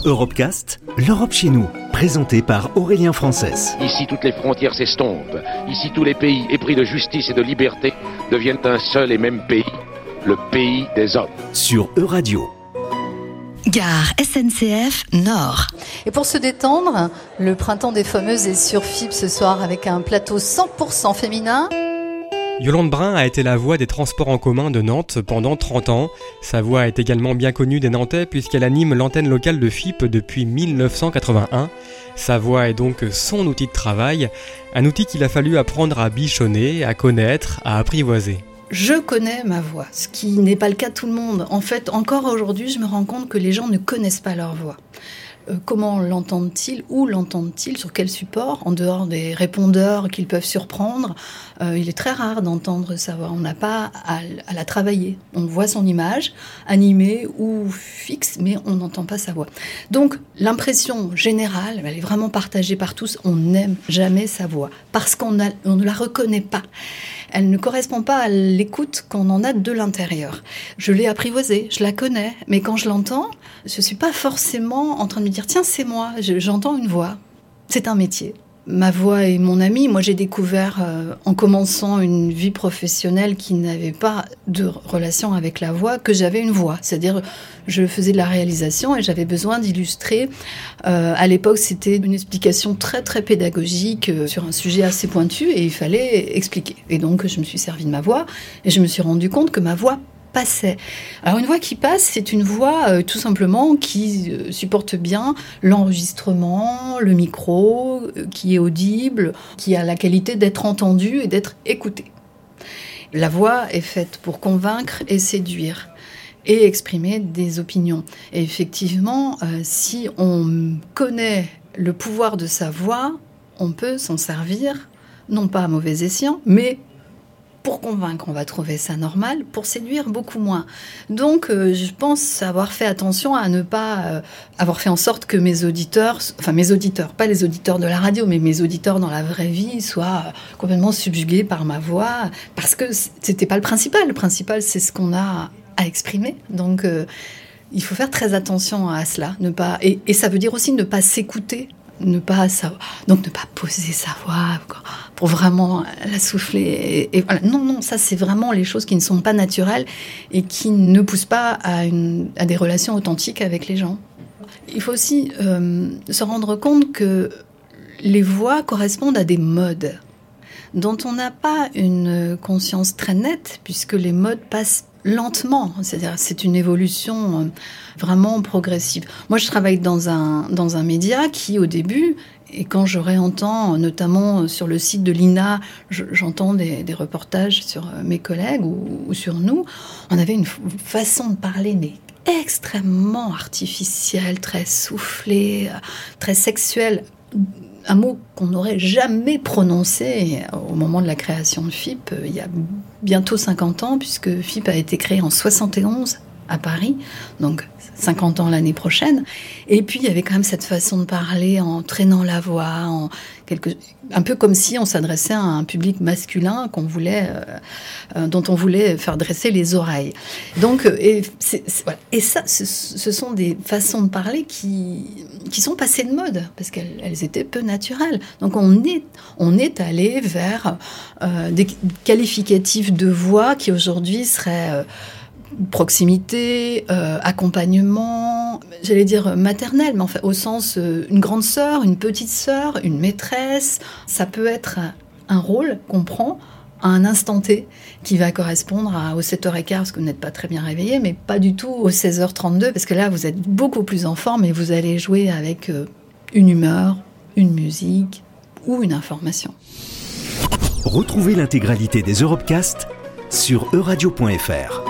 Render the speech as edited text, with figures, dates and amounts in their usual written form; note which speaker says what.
Speaker 1: Europecast, l'Europe chez nous, présenté par Aurélien Frances.
Speaker 2: Ici, toutes les frontières s'estompent. Ici, tous les pays épris de justice et de liberté deviennent un seul et même pays, le pays des hommes.
Speaker 1: Sur Euradio.
Speaker 3: Gare SNCF Nord.
Speaker 4: Et pour se détendre, le printemps des fameuses est sur FIP ce soir avec un plateau 100% féminin.
Speaker 5: Yolande Brun a été la voix des transports en commun de Nantes pendant 30 ans. Sa voix est également bien connue des Nantais puisqu'elle anime l'antenne locale de FIP depuis 1981. Sa voix est donc son outil de travail, un outil qu'il a fallu apprendre à bichonner, à connaître, à apprivoiser.
Speaker 6: Je connais ma voix, ce qui n'est pas le cas de tout le monde. En fait, encore aujourd'hui, je me rends compte que les gens ne connaissent pas leur voix. Comment l'entendent-ils? Où l'entendent-ils? Sur quel support? En dehors des répondeurs qu'ils peuvent surprendre, il est très rare d'entendre sa voix. On n'a pas à la travailler. On voit son image, animée ou fixe, mais on n'entend pas sa voix. Donc, l'impression générale, elle est vraiment partagée par tous. On n'aime jamais sa voix parce qu'on ne la reconnaît pas. Elle ne correspond pas à l'écoute qu'on en a de l'intérieur. Je l'ai apprivoisée, je la connais, mais quand je l'entends, je ne suis pas forcément en train de me dire « Tiens, c'est moi, j'entends une voix ». C'est un métier. Ma voix est mon amie. Moi, j'ai découvert, en commençant une vie professionnelle qui n'avait pas de relation avec la voix, que j'avais une voix. C'est-à-dire, je faisais de la réalisation et j'avais besoin d'illustrer. À l'époque, c'était une explication très, très pédagogique sur un sujet assez pointu et il fallait expliquer. Et donc, je me suis servi de ma voix et je me suis rendu compte que ma voix passait. Alors une voix qui passe, c'est une voix tout simplement qui supporte bien l'enregistrement, le micro, qui est audible, qui a la qualité d'être entendue et d'être écoutée. La voix est faite pour convaincre et séduire et exprimer des opinions. Et effectivement, si on connaît le pouvoir de sa voix, on peut s'en servir, non pas à mauvais escient, mais pour convaincre, on va trouver ça normal. Pour séduire, beaucoup moins. Donc, je pense avoir fait attention à ne pas avoir fait en sorte que mes auditeurs, pas les auditeurs de la radio, mais mes auditeurs dans la vraie vie, soient complètement subjugués par ma voix, parce que c'était pas le principal. Le principal, c'est ce qu'on a à exprimer. Donc, il faut faire très attention à cela. Et ça veut dire aussi ne pas s'écouter. Donc ne pas poser sa voix pour vraiment la souffler. Et voilà. Non, ça c'est vraiment les choses qui ne sont pas naturelles et qui ne poussent pas à des relations authentiques avec les gens. Il faut aussi se rendre compte que les voix correspondent à des modes dont on n'a pas une conscience très nette puisque les modes passent lentement, c'est-à-dire c'est une évolution vraiment progressive. Moi, je travaille dans un média qui, au début, et quand je réentends, notamment sur le site de l'INA, j'entends des reportages sur mes collègues ou sur nous, on avait une façon de parler, mais extrêmement artificielle, très soufflée, très sexuelle. Un mot qu'on n'aurait jamais prononcé au moment de la création de FIP, il y a bientôt 50 ans, puisque FIP a été créé en 71 à Paris, donc 50 ans l'année prochaine. Et puis, il y avait quand même cette façon de parler en traînant la voix, un peu comme si on s'adressait à un public masculin dont on voulait faire dresser les oreilles. Donc, voilà. Et ça, ce sont des façons de parler qui sont passées de mode, parce qu'elles étaient peu naturelles. Donc, on est allé vers des qualificatifs de voix qui aujourd'hui seraient proximité, accompagnement, j'allais dire maternel, mais en fait, au sens une grande sœur, une petite sœur, une maîtresse. Ça peut être un rôle qu'on prend à un instant T qui va correspondre aux 7h15 parce que vous n'êtes pas très bien réveillé, mais pas du tout aux 16h32 parce que là, vous êtes beaucoup plus en forme et vous allez jouer avec une humeur, une musique ou une information.
Speaker 1: Retrouvez l'intégralité des Europecast sur euradio.fr.